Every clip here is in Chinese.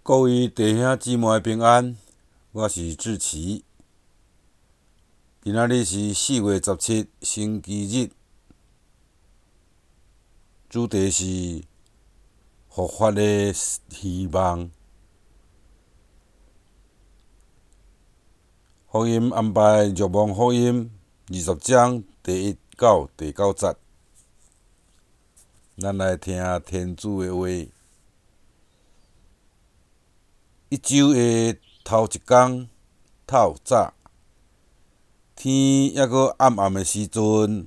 各位弟兄姊妹平安，我是志奇。今仔日是4月17星期日，主题是复活的希望。福音安排若望福音20章第1到第9节，咱来听天主的话。一周的头一天透早，天还阁暗的时阵，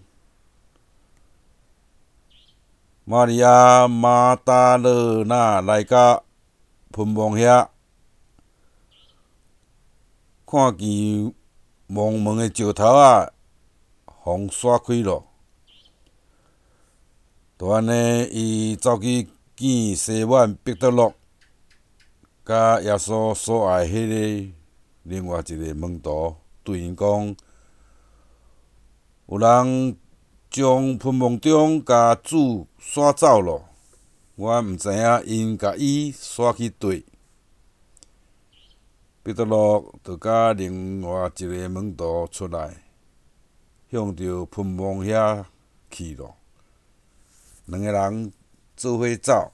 玛利亚马达勒纳来到坟墓遐，看见墓门的石头风刷开咯。就安尼，伊走去见西满彼得罗，甲耶稣所爱迄个另外一个门徒，对因讲：有人从坟墓中甲主刷走咯，我毋知影因甲伊刷去佗。彼得罗就甲另外一个门徒出来，向着坟墓遐去咯。两个人做伙走，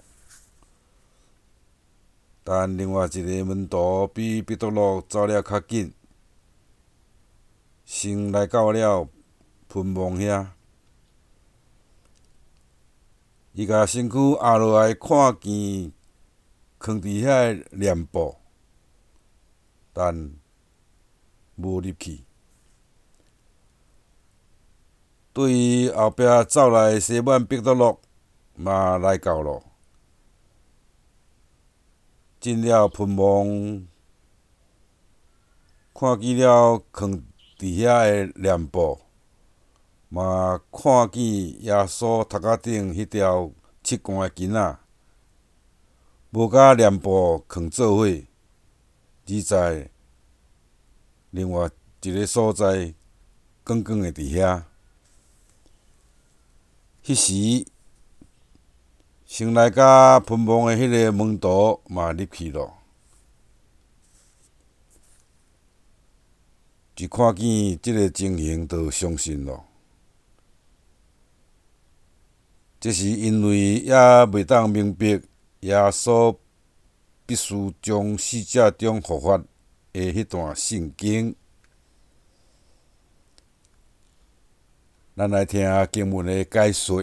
但另外一个门徒比彼得罗走了较紧，先来到了坟墓遐。伊甲身躯压落来，看见囥伫遐的脸布，但无入去。对于后壁走来的西满彼得罗嘛来到咯，进了坟墓，看见了囥伫遐的脸布，嘛看见耶稣头壳顶迄条刺冠的巾仔，无甲脸布囥做伙，只在另外一个所在光光的伫遐。迄时，先来甲坟墓的迄个门徒嘛入去咯，一看见即个情形就相信咯。这是因为还未当明白耶稣必须从死者中复活的迄段圣经。咱来听经文的解说。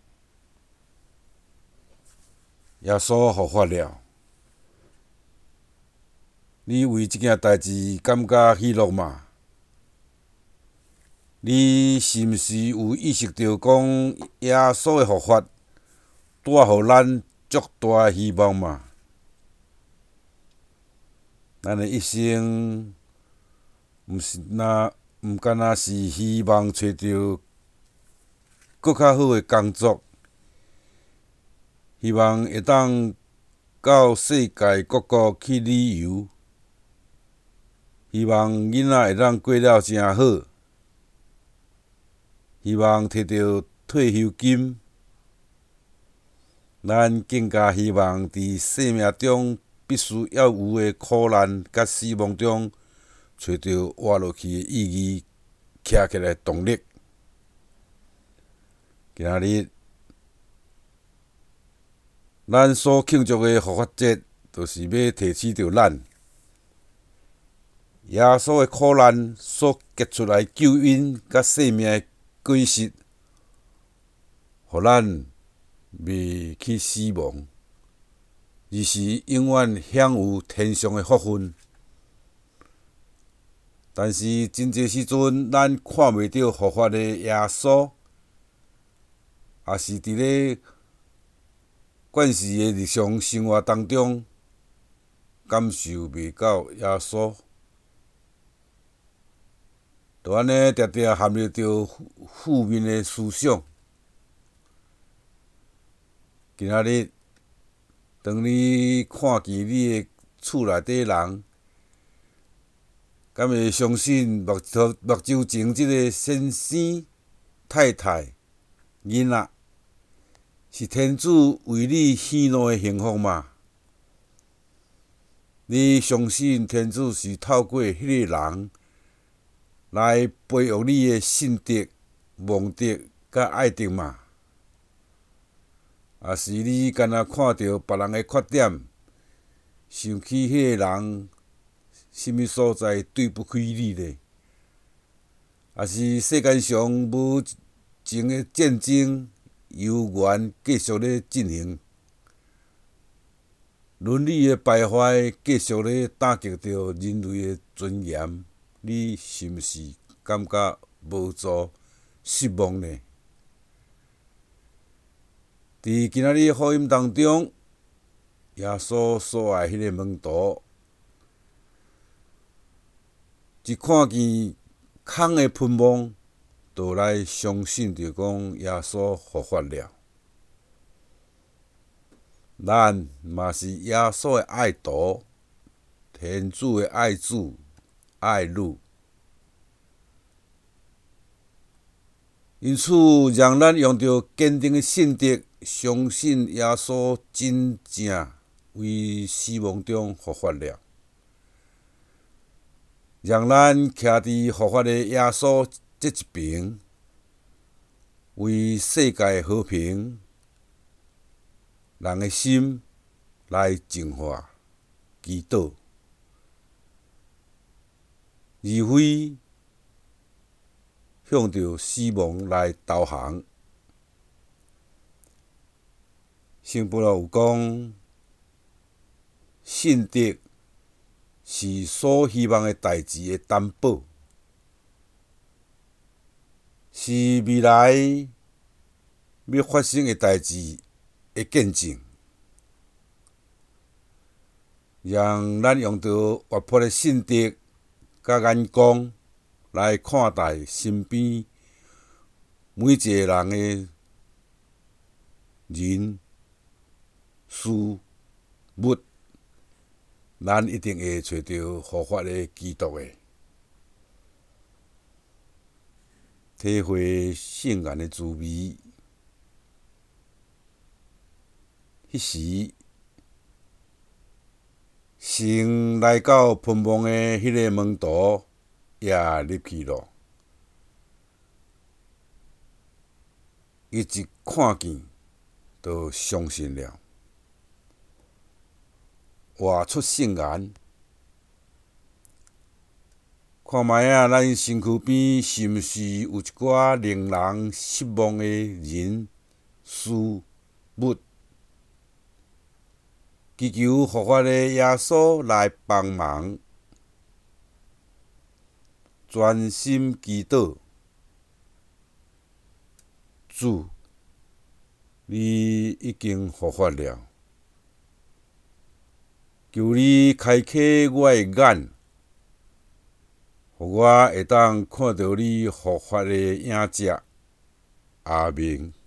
耶稣复活了，你为即件代志感觉喜乐吗？你是毋是有意识到讲耶稣的复活带互咱足大的希望嘛？咱的一生毋敢若是希望找到搁较好的工作，希望会当到世界各国去旅游，希望囡仔会当过了诚好，希望摕到退休金。咱更加希望伫生命中必须要有的苦难甲死亡中，找到活落去的意义，徛起来动力。今仔日，咱所庆祝的复活节，就是要提醒着咱，耶稣的苦难所结出来救恩甲生命的果实，互咱袂去死亡，而是永远享有天上的福分。但是真侪时阵，咱看袂到复活的耶稣，也是伫咧惯势的日常生活当中，感受袂到耶稣，就安尼常常陷入着负面的思想。今仔日，当你看见你的厝内底人，敢会相信目睭前即个先生、太太、囡仔，是天主为你喜乐的幸福吗？ 你相信天主是透过迄个人来培育你的信德、望德甲爱德嘛？啊，是你敢若看到别人的缺点，想起迄个人什物所在对不起你咧？啊，是世间上无情的战争由原继续咧进行，伦理的败坏继续咧打击着人类的尊严，你是毋是感觉无助、失望呢？伫今仔日福音当中，耶稣所爱迄个门徒，一看见空的喷梦，就来相信着讲耶稣复活了。咱嘛是耶稣的爱徒，天主的爱子、爱女，因此让咱用着坚定的信德，相信耶稣真正为死亡中复活了。让咱徛伫复活的耶稣这一边，为世界和平、人的心来净化、祈祷，而非向着死亡来投降。圣保罗有讲，信德是所希望的代志的担保，是未来要发生的代志的见证。让咱用着活泼的信德甲眼光来看待身边每一个人的人事物，咱一定会找到复活的基督的，体会圣言的滋味。迄时，先来到喷梦的迄个门徒也入去了，伊一看见就相信了。活出圣言，看卖啊，咱身躯边是毋是有一寡令人失望的人事物？祈求复活的耶稣来帮忙，专心祈祷。主，你已经复活了，求你开启我的眼，互我会当看到你复活的影迹。阿明。